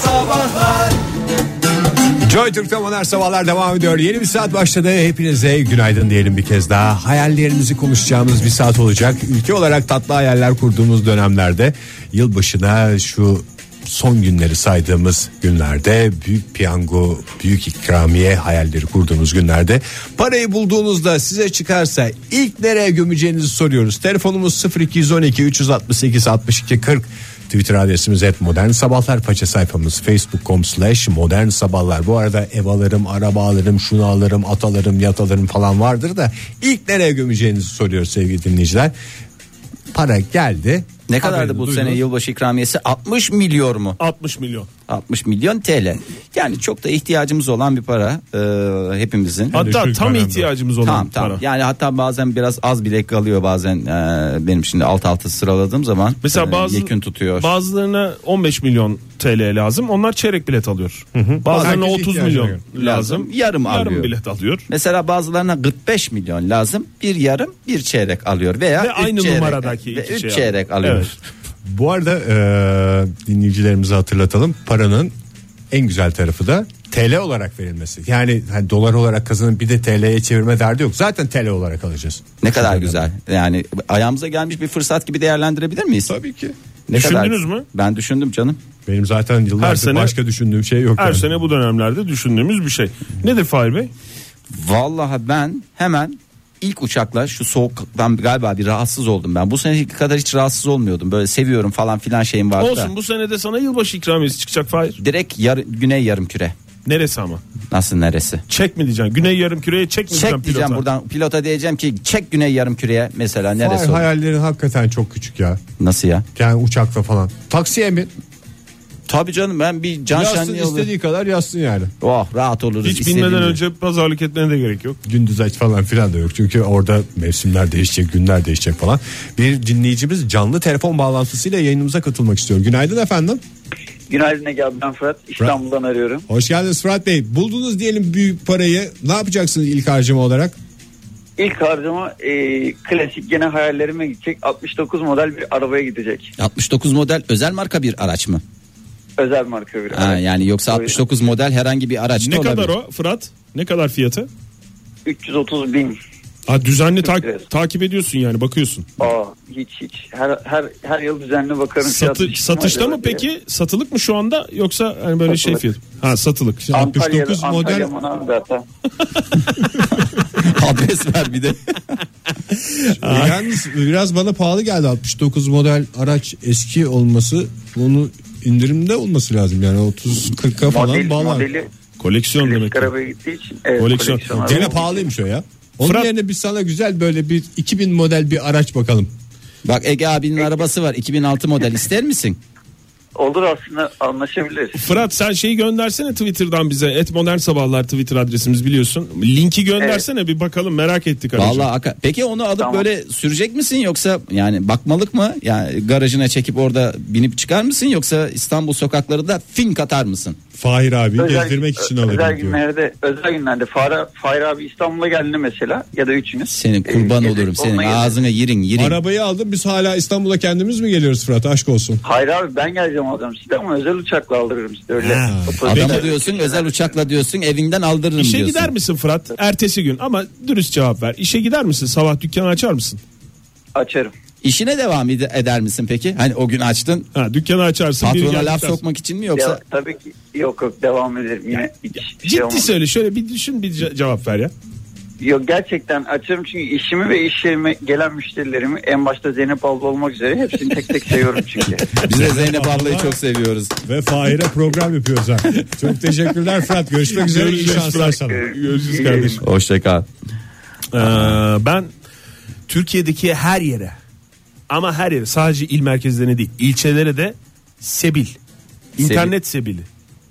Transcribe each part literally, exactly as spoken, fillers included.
Sabahlar Joy Türk'te Modern Sabahlar devam ediyor. Yeni bir saat başladı. Hepinize günaydın diyelim bir kez daha. Hayallerimizi konuşacağımız bir saat olacak. Ülke olarak tatlı hayaller kurduğumuz dönemlerde, yılbaşına şu son günleri saydığımız günlerde, büyük piyango, büyük ikramiye hayalleri kurduğumuz günlerde, parayı bulduğunuzda size çıkarsa ilk nereye gömeceğinizi soruyoruz. Telefonumuz sıfır iki on iki üç altı sekiz altmış iki kırk. Twitter adresimiz et modern sabahlar, faça sayfamız facebook nokta com slash modern sabahlar. Bu arada ev alırım, araba alırım, şunu alırım, at alırım, yat alırım falan vardır da ilk nereye gömeceğinizi soruyoruz sevgili dinleyiciler. Para geldi. Ne kadardı bu sene yılbaşı ikramiyesi? altmış milyon mu? altmış milyon. altmış milyon T L. Yani çok da ihtiyacımız olan bir para e, hepimizin. Hatta tam dönemde. ihtiyacımız olan tam, bir tam. para. Yani hatta bazen biraz az bile kalıyor bazen, e, benim şimdi alt alta sıraladığım zaman. Mesela bazı, e, yekün tutuyor. Bazılarına on beş milyon T L lazım. Onlar çeyrek bilet alıyor. Hı hı. Bazılarına Herkes otuz milyon lazım. lazım. Yarım, yarım alıyor. bilet alıyor. Mesela bazılarına kırk beş milyon lazım. Bir yarım, bir çeyrek alıyor veya ve aynı çeyrek, numaradaki ve iki üç şey çeyrek alıyor. Evet. Bu arada e, dinleyicilerimize hatırlatalım. Paranın en güzel tarafı da T L olarak verilmesi. Yani hani dolar olarak kazanıp bir de T L'ye çevirme derdi yok. Zaten T L olarak alacağız. Ne kadar Şöyle güzel. Yani ayağımıza gelmiş bir fırsat gibi değerlendirebilir miyiz? Tabii ki. Ne Düşündünüz kadar? mü? Ben düşündüm canım. Benim zaten yıllardır sene, başka düşündüğüm şey yok. Her yani. sene bu dönemlerde düşündüğümüz bir şey. Nedir Fahir Bey? Vallahi ben hemen ilk uçakla şu soğuktan galiba bir rahatsız oldum ben. Bu seneki kadar hiç rahatsız olmuyordum. Böyle seviyorum falan filan şeyim vardı. Olsun da. Bu sene de sana yılbaşı ikramiyesi çıkacak Fahir. Direkt yar, güney yarımküre. Neresi ama? Nasıl neresi? Çek mi diyeceksin? Güney yarımküreye çek mi diyeceksin Çek diyeceğim pilota? buradan pilota diyeceğim ki çek güney yarımküreye mesela neresi Hayır, olur? hayallerin hakikaten çok küçük ya. Nasıl ya? Yani uçakla falan. Taksiye mi? Tabii canım, ben bir can Yazsın, şenliği olur. istediği kadar yazsın yani. Oh, rahat oluruz. Hiç binmeden önce pazarlık etmene de gerek yok. Gündüz aç falan filan da yok. Çünkü orada mevsimler değişecek, günler değişecek falan. Bir dinleyicimiz canlı telefon bağlantısıyla yayınımıza katılmak istiyor. Günaydın efendim. Günaydın Ege abi, ben Fırat. İstanbul'dan Fırat. arıyorum. Hoş geldiniz Fırat Bey. Buldunuz diyelim büyük parayı. Ne yapacaksınız ilk harcama olarak? İlk harcama e, klasik gene hayallerime gidecek. altmış dokuz model bir arabaya gidecek. altmış dokuz model özel marka bir araç mı? Özel marka bir ha, araç. Yani yoksa altmış dokuz model herhangi bir araç ne da kadar olabilir. o Fırat? Ne kadar fiyatı? üç yüz otuz bin. Ha, düzenli ta- takip ediyorsun yani, bakıyorsun. Aa, hiç hiç. Her her her yıl düzenli bakarım. Satı, satışta mı peki? Diye. Satılık mı şu anda yoksa hani böyle satılık. Şey fiyat? Ha, satılık. Şimdi altmış dokuz model. Adres ver bir de. Yalnız biraz bana pahalı geldi altmış dokuz model araç, eski olması, onu indirimde olması lazım yani otuz kırka falan bağlar. Koleksiyon demek. Arabaya gittiği için. Evet, koleksiyon. koleksiyon Gene pahalıymış o ya. Onun Fırat... yerine biz sana güzel böyle bir iki bin model bir araç bakalım. Bak Ege abinin Ege. arabası var iki bin altı model, ister misin? Olur, aslında anlaşabiliriz. Fırat sen şeyi göndersene Twitter'dan bize. Et Modern Sabahlar Twitter adresimiz biliyorsun. Linki göndersene, evet. Bir bakalım, merak ettik. Vallahi peki onu alıp tamam. böyle sürecek misin yoksa yani bakmalık mı? Yani garajına çekip orada binip çıkar mısın yoksa İstanbul sokaklarında fink atar mısın? Fahir abi özel, gezdirmek için alırım özel diyor. Günlerde, özel günlerde Fahir, Fahir abi İstanbul'a geldi mesela ya da üçünüz. Senin kurban e, olurum senin ağzına yirin yirin. Arabayı aldım, biz hala İstanbul'a kendimiz mi geliyoruz Fırat, aşk olsun. Hayır abi, ben geleceğim alacağım size ama özel uçakla aldırırım size öyle. Adama diyorsun özel uçakla diyorsun, evinden aldırırım İşe diyorsun. gider misin Fırat ertesi gün, ama dürüst cevap ver. İşe gider misin, sabah dükkanı açar mısın? Açarım. İşine devam eder misin peki? Hani o gün açtın. Ha, dükkanı açarsın. Patrona laf dersin. Sokmak için mi yoksa? Ya, tabii ki yok yok devam ederim yine. Hiç Ciddi şey söyle, şöyle bir düşün, bir ce- cevap ver ya. Yok, gerçekten açarım çünkü işimi ve iş yerime gelen müşterilerimi, en başta Zeynep abla olmak üzere hepsini tek tek seviyorum çünkü. Biz de Zeynep ablayı çok seviyoruz. Ve Fahir'e program yapıyoruz ha. Çok teşekkürler Fırat. Görüşmek üzere. İyi şanslar sana. Görüşürüz kardeşim. Hoşça kal. Ee, ben Türkiye'deki her yere, ama her yere, sadece il merkezlerine değil, ilçelere de sebil. İnternet sebil. sebili.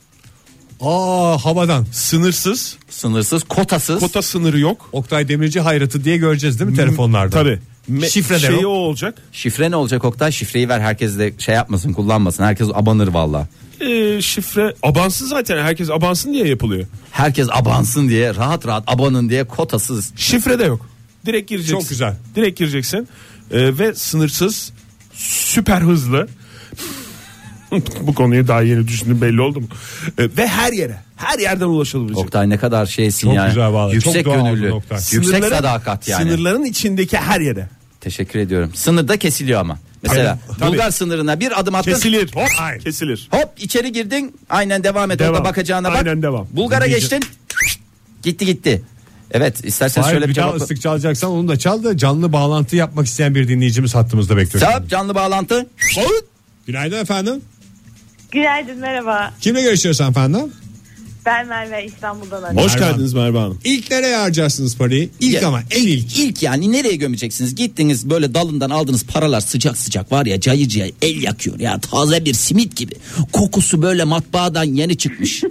Aa, havadan. Sınırsız. Sınırsız, kotasız. Kota sınırı yok. Oktay Demirci hayratı diye göreceğiz değil mi telefonlarda? Tabii. Me- Şifre de şeyi yok. O olacak. Şifre ne olacak Oktay? Şifreyi ver, herkes de şey yapmasın, kullanmasın. Herkes abanır valla. Ee, şifre abansın zaten, herkes abansın diye yapılıyor. Herkes abansın diye, rahat rahat abanın diye, kotasız. Şifre de yok. Direkt gireceksin. Çok güzel. Direkt gireceksin. Ee, ve sınırsız, süper hızlı. Bu konuyu daha yeni düşündüm, belli oldu mu? Ee, ve her yere, her yerden ulaşılabilecek. Oktay ne kadar şeysin Çok yani. güzel bağlı. Yüksek Çok doğal gönüllü. Oktay. Yüksek sadakat yani. Sınırların içindeki her yere. Teşekkür ediyorum. Sınırda kesiliyor ama. Mesela Tabii. Bulgar sınırına bir adım attın. Kesilir. Hop, Aynen. kesilir. Hop içeri girdin. Aynen devam et. Devam. Orada bakacağına bak. Aynen devam. Bulgar'a geçtin. Gitti gitti. Evet, istersen Hayır, şöyle bir bir daha cevap. ıslık çalacaksan onu da çal da canlı bağlantı yapmak isteyen bir dinleyicimiz hattımızda bekliyor. Cevap canlı bağlantı. Günaydın efendim. Günaydın, merhaba. Kimle görüşüyoruz efendim? Ben Merve, İstanbul'dan arıyorum. Hoş Merhaba. geldiniz Merve Hanım. İlk nereye harcarsınız parayı? İlk Ya, ama en ilk. İlk yani nereye gömeceksiniz? Gittiniz böyle dalından aldığınız paralar sıcak sıcak var ya, cayır cayır el yakıyor ya, taze bir simit gibi. Kokusu böyle matbaadan yeni çıkmış.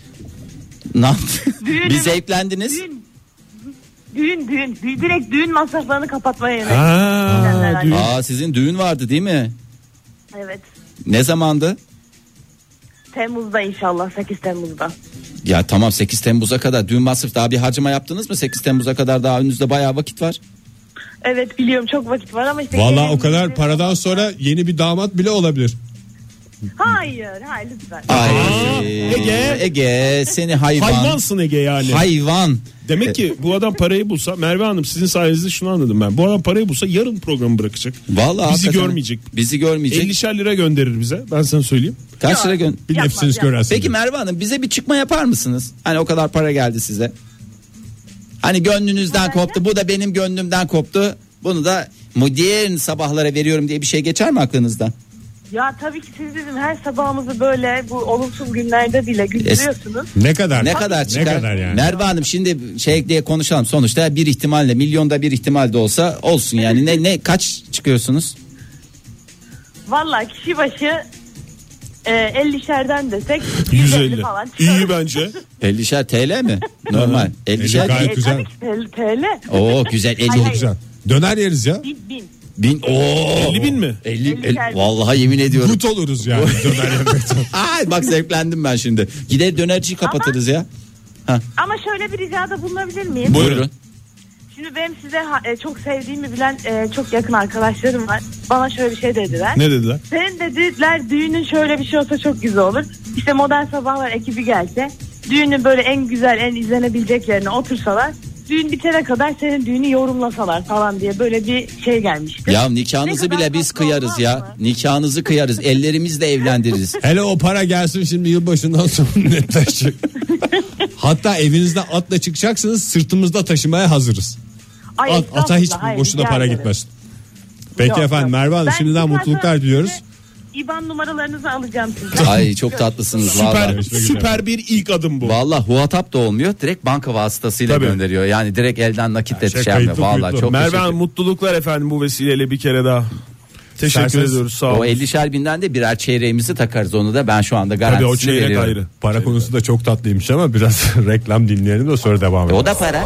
Ne yaptın? Düğünü- Bir zevklendiniz. Düğün, düğün, düğün, düğün, direkt düğün masraflarını kapatmaya yönelik. Ha, Gidenler düğün. hani. Aa, sizin düğün vardı değil mi? Evet, Ne zamandı? Temmuz'da inşallah, sekiz Temmuz'da. Ya tamam, sekiz Temmuz'a kadar düğün masraf, daha bir harcama yaptınız mı? sekiz Temmuz'a kadar daha önünüzde bayağı vakit var. Evet biliyorum, çok vakit var ama işte. Valla gelin- o kadar paradan sonra yeni bir damat bile olabilir. Hayır, hayır lütfen. Ay Ege. Ege seni hayvan. Hayvansın Ege yani. Hayvan. Demek ki bu adam parayı bulsa, Merve Hanım sizin sayenizde şunu anladım ben. Bu adam parayı bulsa yarın programı bırakacak. Vallahi Bizi hakikaten. görmeyecek. Bizi görmeyecek. ellişer lira gönderir bize. Ben sana söyleyeyim. Kaç lira gön? Bir Yapmaz, nefsiniz yapmaz. görersin. Peki Merve Hanım, bize bir çıkma yapar mısınız? Hani o kadar para geldi size. Hani gönlünüzden Bu koptu. Bu da benim gönlümden koptu. Bunu da modern sabahlara veriyorum diye bir şey geçer mi aklınızdan? Ya tabii ki siz bizim her sabahımızı böyle bu olumsuz günlerde bile güldürüyorsunuz. Ne kadar? Ne kadar çıkar? Ne kadar yani? Merve Hanım, şimdi şey diye konuşalım. Sonuçta bir ihtimalle, milyonda bir ihtimal de olsa olsun yani. Ne ne kaç çıkıyorsunuz? Vallahi kişi başı e, ellişerden desek yüz yüz elli elli. falan çıkar. İyi bence. ellişer T L mi? Normal. ellişer gayet E, güzel. tabii ki T L. Oo güzel. elli. Hayır, Çok güzel. Döner yeriz ya. Bin, bin. Bin. Oo. elli bin mi? elli, elli el- geldi. vallahi yemin ediyorum. Gut oluruz yani döner yemekten. Ay bak, zevklendim ben şimdi. Gider dönerciyi kapatırız ya. Ama şöyle bir ricada bulunabilir miyim? Buyurun. Şimdi benim size ha- e, çok sevdiğimi bilen e, çok yakın arkadaşlarım var. Bana şöyle bir şey dediler. Ne dediler? Senin dediler düğünün şöyle bir şey olsa çok güzel olur. İşte Modern Sabahlar ekibi gelse, düğünün böyle en güzel, en izlenebilecek yerine otursalar, düğün bitene kadar senin düğünü yorumlasalar falan diye böyle bir şey gelmişti. Ya nikahınızı Ne kadar bile biz tatlı kıyarız olmaz ya. mı? Nikahınızı kıyarız. Ellerimizle evlendiririz. Hele o para gelsin şimdi yılbaşından sonra netleşecek. Hatta evinizden atla çıkacaksınız, sırtımızda taşımaya hazırız. Ay, At, estağfurullah, ata hiç hayır, boşuna rica para ederim. gitmesin. Peki Yok, efendim yok. Merve Hanım, Ben şimdiden zaten mutluluklar size diliyoruz. İ B A N numaralarınızı alacağım sizden. Ay çok tatlısınız Süper, vallahi. süper bir ilk adım bu. Vallahi huhatap da olmuyor. Direkt banka vasıtasıyla Tabii. gönderiyor. Yani direkt elden nakitle şey şey yapmıyor. kayıtlı, Vallahi kuyutlu. çok Merve teşekkür Hanım, mutluluklar efendim bu vesileyle bir kere daha. Teşekkür İsterseniz ediyoruz, sağ O olun. ellişer binden de birer çeyremizi takarız, onu da ben şu anda Tabii o garantisini çeyrek veriyorum. ayrı. Para konusu da çok tatlıymış ama biraz reklam dinleyelim de sonra devam E, edelim. o da para.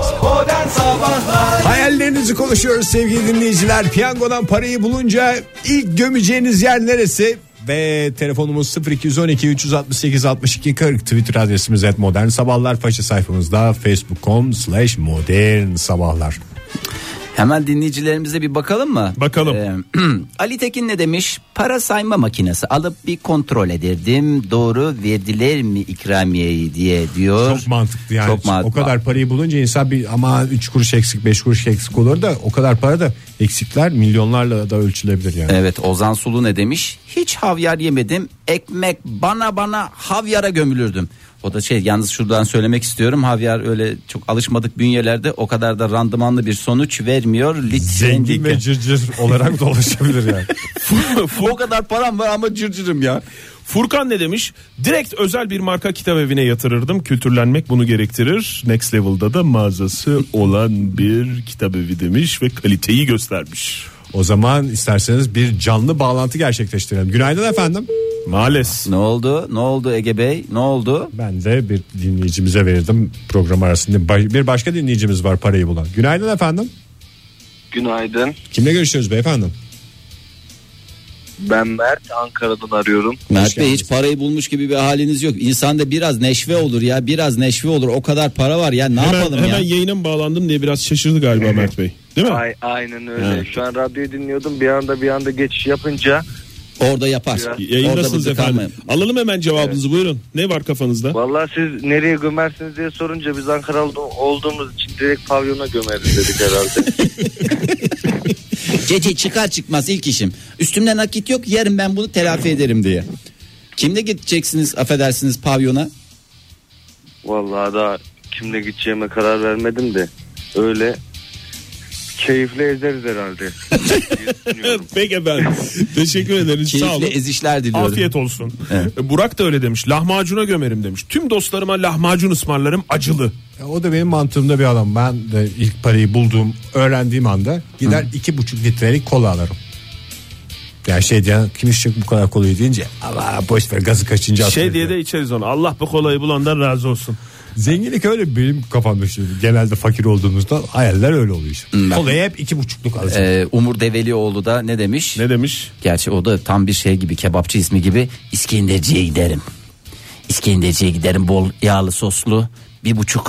Hayallerinizi konuşuyoruz sevgili dinleyiciler. Piyangodan parayı bulunca ilk gömeceğiniz yer neresi? Ve telefonumuz sıfır iki on iki üç altı sekiz altmış iki kırk, Twitter adresimiz et modern sabahlar, faça sayfamızda facebook nokta com slash modern sabahlar. Hemen dinleyicilerimize bir bakalım mı? Bakalım. Ee, Ali Tekin ne demiş? Para sayma makinesi alıp bir kontrol ederdim. Doğru verdiler mi ikramiyeyi diye diyor. Çok mantıklı yani. Çok mantıklı. O kadar parayı bulunca insan bir ama üç kuruş eksik beş kuruş eksik olur da o kadar para da eksikler milyonlarla da ölçülebilir yani. Evet, Ozan Sulu ne demiş? Hiç havyar yemedim. Ekmek bana bana havyara gömülürdüm. O da şey, yalnız şuradan söylemek istiyorum. Havyar öyle çok alışmadık bünyelerde o kadar da randımanlı bir sonuç vermiyor. Lütfen Zengin dikkat. ve cırcır olarak dolaşabilir yani. O kadar param var ama cırcırım ya. Furkan ne demiş? Direkt özel bir marka kitap evine yatırırdım. Kültürlenmek bunu gerektirir. Next Level'da da mağazası olan bir kitap evi demiş ve kaliteyi göstermiş. O zaman isterseniz bir canlı bağlantı gerçekleştirelim. Günaydın efendim. Maalesef. Ne oldu? Ne oldu Ege Bey? Ne oldu? Ben de bir dinleyicimize verirdim program arasında. Bir başka dinleyicimiz var parayı bulan. Günaydın efendim. Günaydın. Kimle görüşüyoruz beyefendi? Ben Mert, Ankara'dan arıyorum. Mert Bey, geldiniz. hiç parayı bulmuş gibi bir haliniz yok. İnsanda biraz neşve olur ya. Biraz neşve olur. O kadar para var ya. Ne Hemen, yapalım hemen ya? yayına mı bağlandım diye biraz şaşırdı galiba Mert Bey. Değil mi? Ay, aynen öyle. Evet. Şu an radyoyu dinliyordum. Bir anda bir anda geçiş yapınca Orada yapar. Yayındasınız efendim. Kalmayın. Alalım hemen cevabınızı, buyurun. Ne var kafanızda? Vallahi siz nereye gömersiniz diye sorunca biz Ankaralı olduğumuz için direkt pavyona gömeriz dedik herhalde. Gece çıkar çıkmaz ilk işim. Üstümde nakit yok, yarın ben bunu telafi ederim diye. Kimle gideceksiniz affedersiniz pavyona? Vallahi daha kimle gideceğime karar vermedim de öyle keyifle ezeriz herhalde. Peki efendim. Teşekkür ederiz. Sağ olun. Keyifli ezişler diliyorum. Afiyet olsun. Evet. Burak da öyle demiş. Lahmacuna gömerim demiş. Tüm dostlarıma lahmacun ısmarlarım acılı. Ya o da benim mantığımda bir adam. Ben de ilk parayı bulduğum, öğrendiğim anda gider Hı. iki buçuk litrelik kola alırım. Yani şey diyen kim içecek bu kadar kolayı deyince Allah boş ver gazı kaçınca şey diye de içeriz onu. Allah bu kolayı bulandan razı olsun. Zenginlik öyle benim kafamda işte. Genelde fakir olduğumuzda hayaller öyle oluyor işte. Hmm, kolayı hep iki buçukluk alacak. Ee, Umur Develioğlu da ne demiş? Ne demiş? Gerçi o da tam bir şey gibi, kebapçı ismi gibi. İskenderciye giderim. İskenderciye giderim, bol yağlı soslu bir buçuk.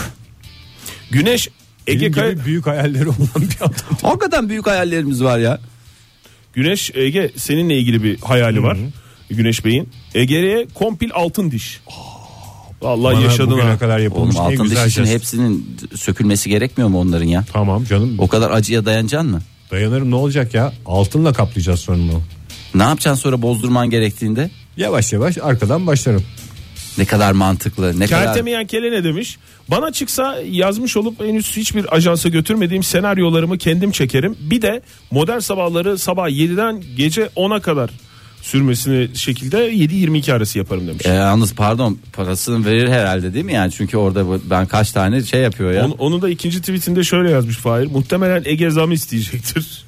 Güneş Ege Kay- büyük hayalleri olan bir adam. Hakikaten büyük hayallerimiz var ya. Güneş Ege seninle ilgili bir hayali var. Hı-hı. Güneş Bey'in. Ege'ye kompil altın diş. Vallahi bana yaşadın bugüne ha. kadar yapılmış Oğlum, en altın güzel diş için şey. hepsinin sökülmesi gerekmiyor mu onların ya? Tamam canım. O kadar acıya dayanacaksın mı? Dayanırım, ne olacak ya? Altınla kaplayacağız sorunu. Ne yapacaksın sonra bozdurman gerektiğinde? Yavaş yavaş arkadan başlarım. Ne kadar mantıklı. Ne Kertemeyen kadar... Kele ne demiş? Bana çıksa yazmış olup henüz hiçbir ajansa götürmediğim senaryolarımı kendim çekerim. Bir de modern sabahları sabah yediden gece ona kadar sürmesini şekilde yedi yirmi iki arası yaparım demiş. E, yalnız pardon, parasını verir herhalde değil mi yani? Çünkü orada ben kaç tane şey yapıyor ya. Onu, onu da ikinci tweetinde şöyle yazmış Fahir. Muhtemelen Ege zam isteyecektir.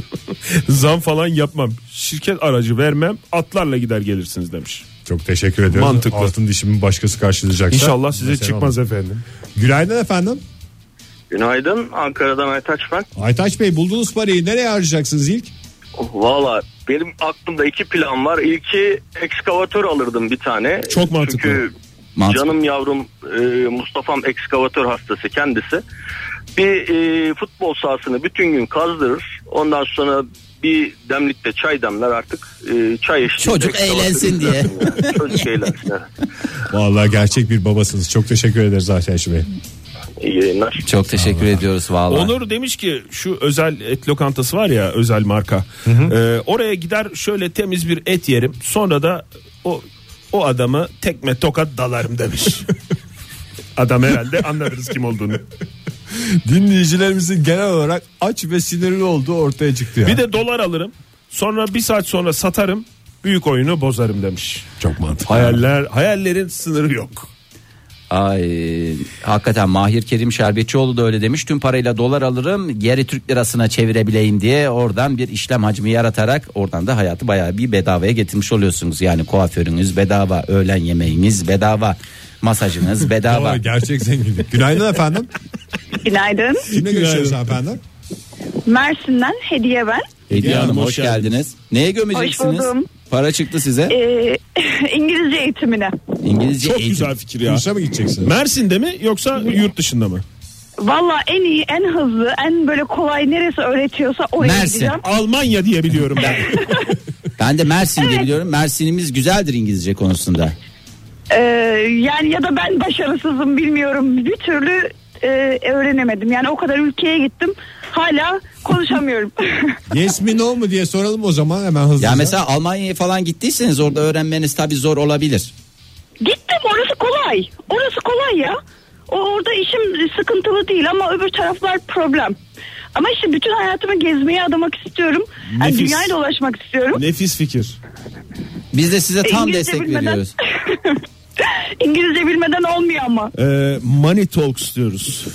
Zam falan yapmam. Şirket aracı vermem. Atlarla gider gelirsiniz demiş. Çok teşekkür ediyorum. Mantıklı. Altın dişimin başkası karşılayacaksa. İnşallah size çıkmaz onu. Efendim. Günaydın efendim. Günaydın, Ankara'dan Aytaç ben. Aytaç Bey, bulduğunuz parayı nereye harcayacaksınız ilk? Valla benim aklımda iki plan var. İlki ekskavatör alırdım bir tane. Çok mantıklı. Çünkü mantıklı. Canım yavrum e, Mustafa'm ekskavatör hastası kendisi. Bir e, futbol sahasını bütün gün kazdırır. Ondan sonra bir demlikte çay demler artık. E, çay eşliğinde. Çocuk eğlensin diye. Yani. Çocuk eğlensin. Vallahi gerçek bir babasınız. Çok teşekkür ederiz Aytaç Bey. İyi yayınlar. Çok teşekkür Allah. ediyoruz vallahi. Onur demiş ki şu özel et lokantası var ya, özel marka. Hı hı. E, oraya gider şöyle temiz bir et yerim. Sonra da o o adamı tekme tokat dalarım demiş. Adam herhalde anladınız kim olduğunu. Dinleyicilerimizin genel olarak aç ve sinirli olduğu ortaya çıktı ya. Bir de dolar alırım. Sonra bir saat sonra satarım. Büyük oyunu bozarım demiş. Çok mantıklı. Hayaller, hayallerin sınırı yok. Ay, hakikaten Mahir Kerim Şerbetçioğlu da öyle demiş. Tüm parayla dolar alırım, geri Türk lirasına çevirebileyim diye oradan bir işlem hacmi yaratarak oradan da hayatı bayağı bir bedavaya getirmiş oluyorsunuz. Yani kuaförünüz bedava, öğlen yemeğiniz bedava, masajınız bedava. Doğru, gerçek zenginlik. Günaydın efendim. Günaydın. Kimle görüşüyoruz efendim? Mersin'den Hediye ben. Hediye Hanım hoş geldiniz. Neye gömeceksiniz? Hoş buldum. Para çıktı size. Ee, İngilizce eğitimine. İngilizce Çok eğitim. güzel fikir ya. Kursa mı gideceksiniz? Mersin'de mi yoksa yurt dışında mı? Valla en iyi, en hızlı, en böyle kolay neresi öğretiyorsa oraya Mersin. gideceğim. Almanya diye biliyorum ben. Ben de Mersin diye biliyorum. Mersin'imiz güzeldir İngilizce konusunda. Ee, yani ya da ben başarısızım bilmiyorum. Bir türlü e, öğrenemedim. Yani o kadar ülkeye gittim. Hala konuşamıyorum. Yes mi no mu diye soralım o zaman hemen hızlıca. Ya mesela Almanya'ya falan gittiyseniz orada öğrenmeniz tabii zor olabilir. Gittim, orası kolay. Orası kolay ya. O orada işim sıkıntılı değil ama öbür taraflar problem. Ama işte bütün hayatımı gezmeye adamak istiyorum. Yani dünyayı dolaşmak istiyorum. Nefis fikir. Biz de size tam İngilizce destek bilmeden... veriyoruz. İngilizce bilmeden olmuyor ama. Ee, money Talks diyoruz.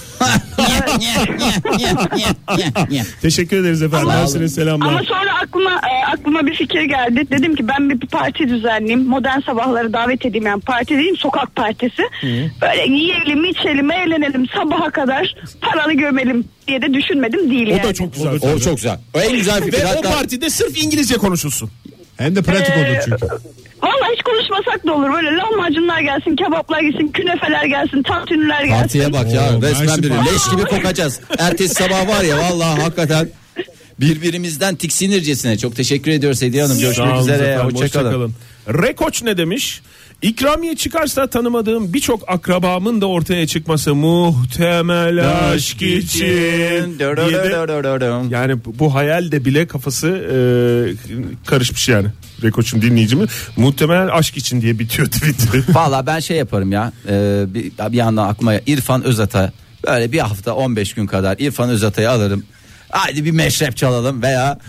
Teşekkür ederiz efendim. Mersin'e selamlar. Ama sonra aklıma e, aklıma bir fikir geldi. Dedim ki ben bir, bir parti düzenleyeyim. Modern sabahları davet edeyim. Yani parti değil, sokak partisi. Hı. Böyle yiyelim, içelim, eğlenelim sabaha kadar, paralı gömelim diye de düşünmedim değil o yani. da çok güzel. O, o çok güzel. O en güzel fikir. Ve Hatta... o partide sırf İngilizce konuşulsun. Hem de pratik Ee, olur çünkü. Vallahi hiç konuşmasak da olur. Böyle lahmacunlar gelsin, kebaplar gelsin, künefeler gelsin, tantunler gelsin. Partiye bak ya, Oo, resmen Mersin bir Partisi. leş gibi kokacağız. Ertesi sabah var ya vallahi hakikaten Birbirimizden tiksinircesine. Çok teşekkür ediyoruz Hediye Hanım. Sağ Görüşmek olun üzere. efendim, Hoşçakalın. hoşça kalın. Rekoç ne demiş? İkramiye çıkarsa tanımadığım birçok akrabamın da ortaya çıkması muhtemel aşk için diye de, yani bu hayalde bile kafası e, karışmış yani. Rekoç'un dinleyicimi muhtemel aşk için diye bitiyor Twitter'ı. Valla ben şey yaparım ya e, bir, bir yandan aklıma İrfan Özat'a böyle bir hafta on beş gün kadar İrfan Özat'ı alırım. Haydi bir meşrep çalalım veya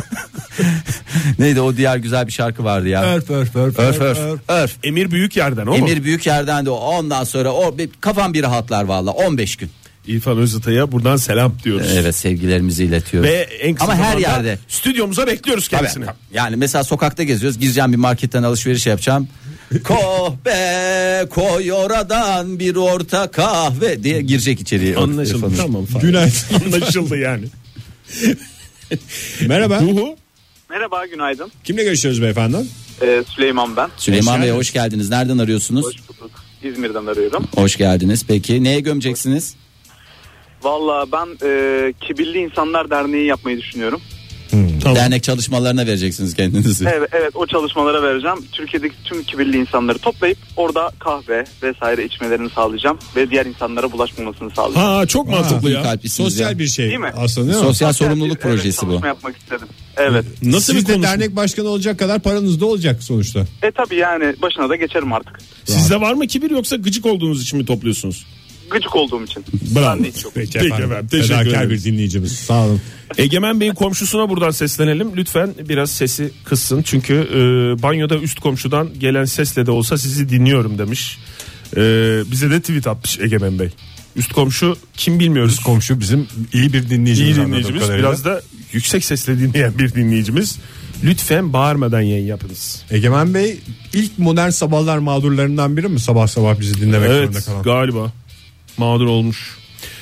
neydi o diğer güzel bir şarkı vardı ya. Örf örf örf Örf örf örf. Emir Büyükyer'den o mu? Emir Büyükyer'den de o. Ondan sonra o bir, kafam bir rahatlar valla on beş gün. İrfan Özat'a buradan selam diyoruz. Evet, sevgilerimizi iletiyoruz. Ve en kısa ama her zamanda yerde stüdyomuza bekliyoruz kendisini. Tabii, yani mesela sokakta geziyoruz, gireceğim bir marketten alışveriş yapacağım. Kohbe koy oradan bir orta kahve diye girecek içeriye. Anlaşıldı, tamam. Günaydın. Anlaşıldı yani. Merhaba. Uhu. Merhaba, günaydın. Kimle görüşüyoruz beyefendi? Ee, Süleyman ben. Süleyman Hoş Bey geldiniz. hoş geldiniz. Nereden arıyorsunuz? Hoş bulduk. İzmir'den arıyorum. Hoş geldiniz. Peki neye gömeceksiniz? Valla ben e, Kibirli İnsanlar Derneği yapmayı düşünüyorum. Tamam. Dernek çalışmalarına vereceksiniz kendinizi. Evet, evet o çalışmalara vereceğim. Türkiye'deki tüm kibirli insanları toplayıp orada kahve vesaire içmelerini sağlayacağım. Ve diğer insanlara bulaşmamasını sağlayacağım. Ha çok mantıklı İyi ya. kalplisiniz Sosyal ya. bir şey Değil mi? aslında değil mi? Sosyal Sosyal sorumluluk bir, projesi evet, bu. çalışma yapmak istedim. Evet. Nasıl Siz bir de konusu? dernek başkanı olacak kadar paranız da olacak sonuçta. E tabi yani başına da geçerim artık. Sizde var mı kibir yoksa gıcık olduğunuz için mi topluyorsunuz? Gıcık olduğum için. Bravo. Ben de hiç yok. Peki, Peki efendim. efendim, teşekkür Fedakar ederiz. bir dinleyicimiz. Sağ olun. Egemen Bey'in komşusuna buradan seslenelim. Lütfen biraz sesi kıssın. Çünkü e, banyoda üst komşudan gelen sesle de olsa sizi dinliyorum demiş. E, bize de tweet atmış Egemen Bey. Üst komşu kim bilmiyoruz. Üst komşu bizim iyi bir dinleyicimiz. İyi anladığım dinleyicimiz. kadarıyla. Biraz da yüksek sesle dinleyen bir dinleyicimiz. Lütfen bağırmadan yayın yapınız. Egemen Bey ilk modern sabahlar mağdurlarından biri mi? Sabah sabah bizi dinlemek zorunda Evet kalan. galiba mağdur olmuş.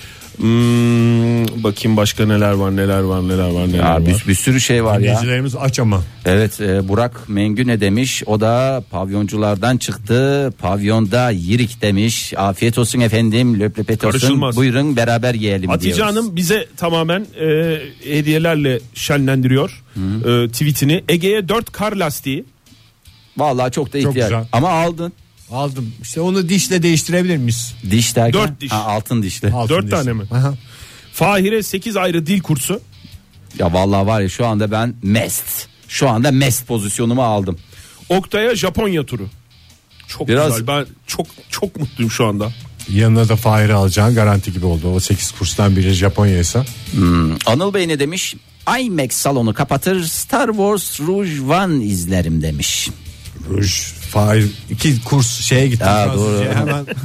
Hmm, bakayım başka neler var neler var neler var neler Ya, var. bir, bir sürü şey var ya. Dinleyicilerimiz aç ama. Evet, e, Burak Mengü ne demiş? O da pavyonculardan çıktı. Pavyonda yirik demiş. Afiyet olsun efendim. Löp löpet olsun. Karışılmaz. Buyurun beraber yiyelim Hatice diyoruz. Hanım bize tamamen e, hediyelerle şenlendiriyor e, tweetini. Ege'ye dört kar lastiği. Vallahi çok da Çok ihtiyaç. güzel. Ama aldın. Aldım. İşte onu dişle değiştirebilir miyiz? Diş derken. Dört diş. Ha, altın dişli. Altın Dört diş. tane mi? Aha. Fahir'e sekiz ayrı dil kursu. Ya vallahi var ya şu anda ben mest. Şu anda mest pozisyonumu aldım. Oktay'a Japonya turu. Çok Biraz- güzel. Ben çok çok mutluyum şu anda. Yanına da Fahir'i alacağın garanti gibi oldu. O sekiz kurstan biri Japonya'ysa. Anıl Bey ne demiş? IMAX salonu kapatır, Star Wars Rouge One izlerim demiş. Ruj, Fahir iki kurs şeye gitti. Ya, Fransızca'ya doğru. Hemen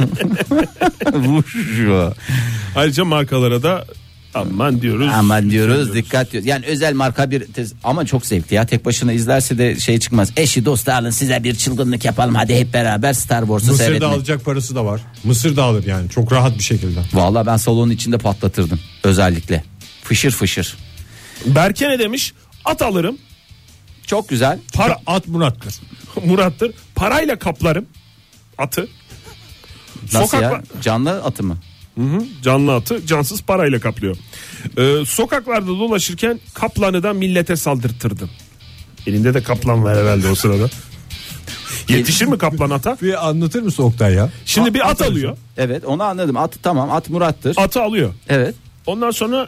Rouge. Ayrıca markalara da aman diyoruz. Aman diyoruz, Diyoruz. dikkat diyoruz. Yani özel marka bir tez- ama çok zevkli ya, tek başına izlerse de şey çıkmaz. Eşi dostu alın, size bir çılgınlık yapalım, hadi hep beraber Star Wars'u Mısır'da seyretmek. alacak parası da var. Mısır da alır yani çok rahat bir şekilde. Vallahi ben salonun içinde patlatırdım özellikle. Fışır fışır. Berke ne demiş? At alırım. Çok güzel. Para, At Murat'tır. Murat'tır. Parayla kaplarım atı. Nasıl Sokakla- ya? Canlı atı mı? Hı hı, canlı atı cansız parayla kaplıyor. Ee, sokaklarda dolaşırken kaplanı da millete saldırtırdım. Elinde de kaplan var herhalde o sırada. Yetişir mi kaplan ata? Bir anlatır mısın Oktay ya? Şimdi bir at alıyor. Evet, onu anladım. At tamam, at Murat'tır. Atı alıyor. Evet. Ondan sonra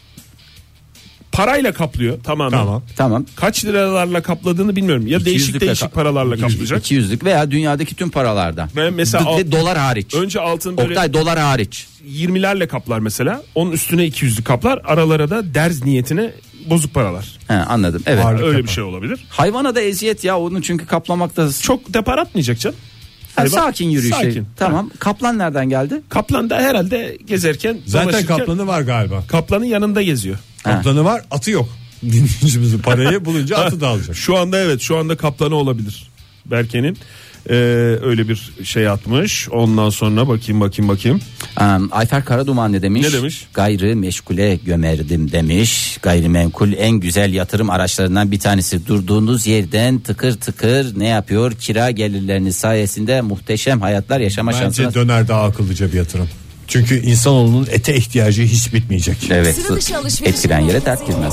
parayla kaplıyor tamamen. Tamam. Tamam. Kaç liralarla kapladığını bilmiyorum. Ya İki değişik yüzlükle değişik ka- paralarla kaplayacak. iki yüzlük veya dünyadaki tüm paralardan. Ve mesela D- al- ve dolar hariç. Önce altın böyle Oktay, dolar hariç. yirmilerle kaplar mesela. Onun üstüne iki yüzlük kaplar. Aralara da derz niyetine bozuk paralar. He, anladım. Evet. Ağırlık Öyle kapar. bir şey olabilir. Hayvana da eziyet ya, onun çünkü kaplamakta Çok depar atmayacak canım. Ha, Hayvan sakin yürüyüş. sakin. şey. Tamam. Kaplan nereden geldi? Kaplan da herhalde gezerken Zaten dolaşırken kaplanı var galiba. kaplanın yanında geziyor. Kaplanı var, atı yok. Dinleyicimizin parayı bulunca atı da alacak. Şu anda evet şu anda kaplanı olabilir. Berke'nin Ee, öyle bir şey atmış. Ondan sonra bakayım bakayım bakayım. Um, Ayfer Karaduman ne demiş? Ne demiş? Gayrı meşgule gömerdim demiş. Gayrimenkul en güzel yatırım araçlarından bir tanesi. Durduğunuz yerden tıkır tıkır ne yapıyor? Kira gelirleriniz sayesinde muhteşem hayatlar yaşama Bence şansınız. döner daha akıllıca bir yatırım. Çünkü insanoğlunun ete ihtiyacı hiç bitmeyecek. Evet. Sıra dışı alışveriş Et giren yere dert girmez.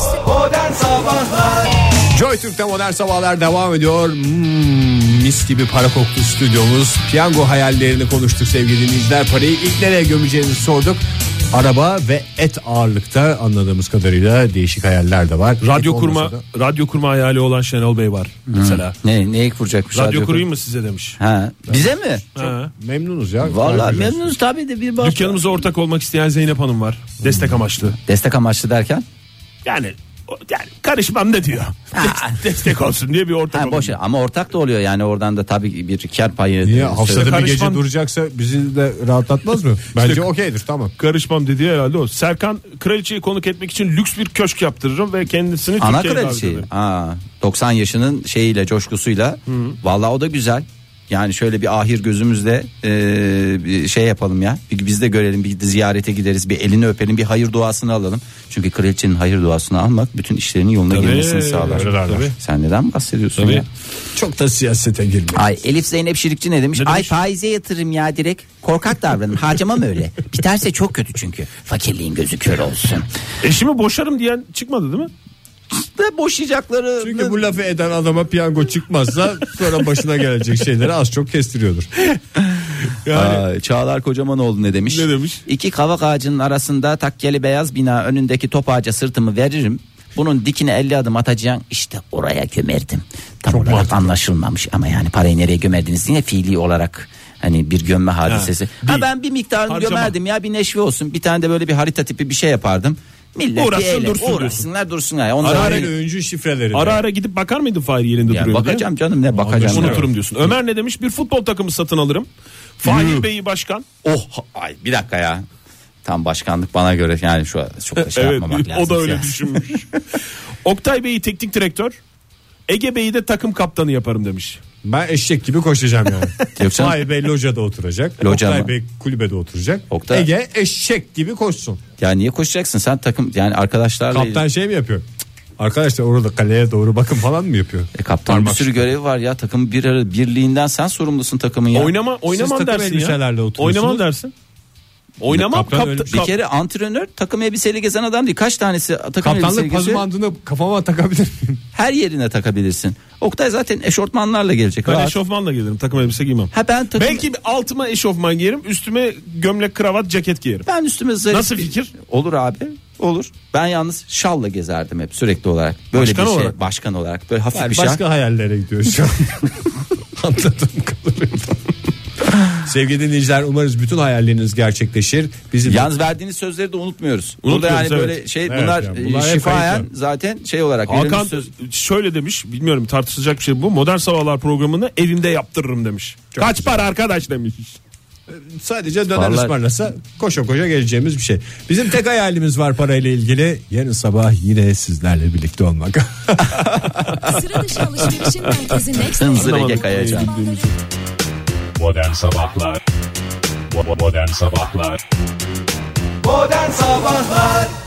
Joy Türk'te Modern Sabahlar devam ediyor. Hmm, mis gibi para koktu stüdyomuz. Piyango hayallerini konuştuk sevgili dinleyiciler. Parayı ilk nereye gömeceğinizi sorduk. Araba ve et ağırlıkta, anladığımız kadarıyla değişik hayaller de var. Radyo Et kurma olmasa da- radyo kurma hayali olan Şenol Bey var mesela. Ne neyi kuracakmış? Radyo kurayım mı size demiş. Ha, bize mi? Ha. Memnunuz ya. Vallahi Güzel. memnunuz tabii de bir bak. Dükkanımıza ortak olmak isteyen Zeynep Hanım var. Destek amaçlı. Destek amaçlı derken? Yani o- yani karışmam da diyor. Ha. Destek olsun diye bir ortak Ha, olun. boş ver. Ama ortak da oluyor yani, oradan da tabii bir kar payı. Niye haftada bir Karışmam- gece duracaksa bizi de rahatlatmaz mı? Bence okeydir, tamam. Karışmam dediği herhalde o. Serkan kraliçeyi konuk etmek için lüks bir köşk yaptırırım ve kendisini Ana Türkiye'ye davet kraliçeyi. ederim. Aa, doksan yaşının şeyiyle, coşkusuyla. Vallahi o da güzel. Yani şöyle bir ahir gözümüzle e, bir şey yapalım ya. Bir, biz de görelim, bir ziyarete gideriz, bir elini öpelim, bir hayır duasını alalım. Çünkü kraliçenin hayır duasını almak bütün işlerinin yoluna Tabii, girmesini sağlar. öyle derler. Tabii. Sen neden bahsediyorsun Tabii. ya? Çok da siyasete girmiyor. Ay Elif Zeynep Şirikçi ne demiş? Ne Ay demiş? faize yatırım ya direkt. Korkak davranın. Harcamam öyle. Biterse çok kötü çünkü. Fakirliğin gözü kör olsun. Eşimi boşarım diyen çıkmadı değil mi? Ve boşayacakları. Çünkü bu lafı eden adama piyango çıkmazsa sonra başına gelecek şeyleri az çok kestiriyordur. Yani Ay, Çağlar Kocamanoğlu ne demiş? Ne demiş? İki kavak ağacının arasında takkeli beyaz bina önündeki top ağaca sırtımı veririm. Bunun dikine elli adım atacaksın, işte oraya gömerdim. Tam Çok olarak mantıklı. anlaşılmamış ama yani parayı nereye gömerdiniz yine fiili olarak. Hani bir gömme hadisesi. Ha, değil. ben bir miktarını Harcama. gömerdim ya, bir neşve olsun. Bir tane de böyle bir harita tipi bir şey yapardım. Millet Uğraşsın, bir eyle, dursun diyorsun. uğraşsınlar dursunlar. Onlar Ara ara öyle- Oyuncu şifreleri. ara ara gidip bakar mıydın Fahir yerinde ya duruyor diye? bakacağım canım, ne bakacağım. Unuturum ya. diyorsun. Ömer ne demiş? Bir futbol takımı satın alırım. Fahir Bey'i başkan. Oh ay bir dakika ya. Tam başkanlık bana göre yani şu çok da şey Evet, yapmamak lazım. o da öyle siyasi. düşünmüş. Oktay Bey'i teknik direktör. Ege Bey'i de takım kaptanı yaparım demiş. Ben eşek gibi koşacağım yani. Yok canım. Fahir Bey locada oturacak. Loca Oktay mı? Bey kulübede oturacak. Oktay- Ege eşek gibi koşsun. Ya niye koşacaksın sen takım yani arkadaşlarla? Kaptan şey mi yapıyor? Cık, arkadaşlar orada kaleye doğru bakın falan mı yapıyor? E, kaptan bir sürü görevi var ya, takım bir ara birliğinden sen sorumlusun takımın ya. Oynama, oynamam takım dersin elbiselerle ya. oturuyorsunuz. Oynamam dersin. Oynamam. Kaptan Kaptan, öyle- Bir kere antrenör takım elbiseyle gezen adam değil. Kaç tanesi takım elbiseyle Kaptanlık geziyor? pazumandını kafama takabilir miyim? Her yerine takabilirsin. Oktay zaten eşortmanlarla gelecek. ben rahat. eşofmanla gelirim, takım elbise giymem. Ha ben takım, Belki bir altıma eşofman giyerim, üstüme gömlek, kravat, ceket giyerim. ben üstüme zarif Nasıl bir- fikir? Olur abi. Olur. Ben yalnız şalla gezerdim hep sürekli olarak. Böyle Başkan bir şey olarak mı? başkan olarak. Böyle hafif Yani bir şey. başka hayallere gidiyor şu an. Anladığım kadarıyla. Sevgili dinleyiciler, umarız bütün hayalleriniz gerçekleşir. Bizim Yalnız verdiğiniz sözleri de unutmuyoruz. Burada Unutmuyoruz, yani evet. böyle şey Evet bunlar, yani e, bunlar hep şifayen kayıtlı. zaten şey olarak Hakan verilmiş söz. şöyle demiş, bilmiyorum tartışılacak bir şey bu. Modern Sabahlar programını evimde yaptırırım demiş. Kaç para arkadaş demiş. sadece döner Vallahi- ısmarlasa koşa koşa geleceğimiz bir şey. Bizim tek hayalimiz var parayla ilgili. Yarın sabah yine sizlerle birlikte olmak. Sıra dışı alışverişin merkezi Next. Hınzır Ege Anlamadım. Kayacan. Modern Sabahlar Bo- Modern Sabahlar Modern Sabahlar